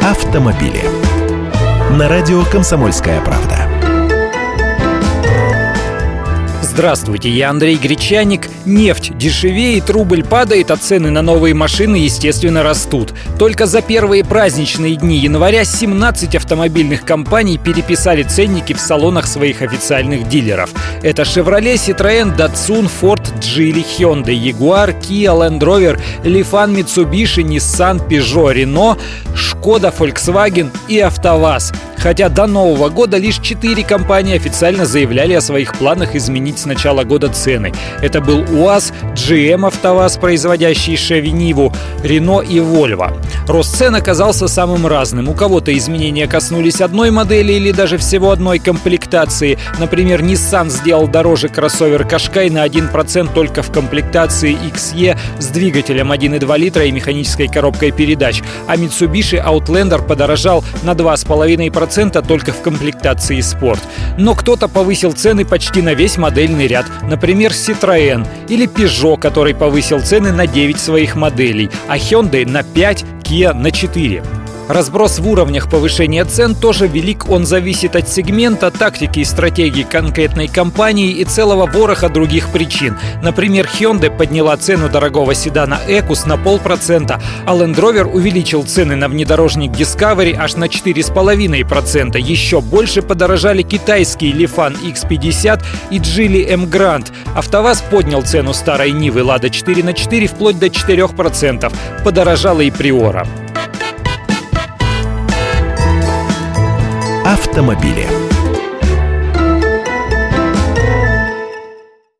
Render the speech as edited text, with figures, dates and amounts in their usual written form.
автомобили. На радио «Комсомольская правда». Здравствуйте, я Андрей Гречаник. Нефть дешевеет, рубль падает, а цены на новые машины, естественно, растут. Только за первые праздничные дни января 17 автомобильных компаний переписали ценники в салонах своих официальных дилеров. Это Chevrolet, Citroën, Datsun, Ford, Geely, Hyundai, Jaguar, Kia, Land Rover, Lifan, Mitsubishi, Nissan, Peugeot, Renault, Skoda, Volkswagen и АвтоВАЗ. Хотя до Нового года лишь 4 компании официально заявляли о своих планах изменить с начала года цены. Это был УАЗ, GM АвтоВАЗ, производящий Chevy Nivu, Renault и Volvo. Рост цен оказался самым разным. У кого-то изменения коснулись одной модели или даже всего одной комплектации. Например, Nissan сделал дороже кроссовер Qashqai на 1% только в комплектации XE с двигателем 1,2 литра и механической коробкой передач, а Mitsubishi Outlander подорожал на 2,5% только в комплектации Sport. Но кто-то повысил цены почти на весь модельный ряд. Например, Citroën или Peugeot, который повысил цены на 9 своих моделей, а Hyundai на 5, Kia на 4. Разброс в уровнях повышения цен тоже велик, он зависит от сегмента, тактики и стратегии конкретной компании и целого вороха других причин. Например, Hyundai подняла цену дорогого седана Equus на 0,5%, а Land Rover увеличил цены на внедорожник Discovery аж на 4,5%. Еще больше подорожали китайские Lifan X50 и Geely M Grand. АвтоВАЗ поднял цену старой Нивы Lada 4х4 вплоть до 4%. Подорожала и Приора. Автомобили.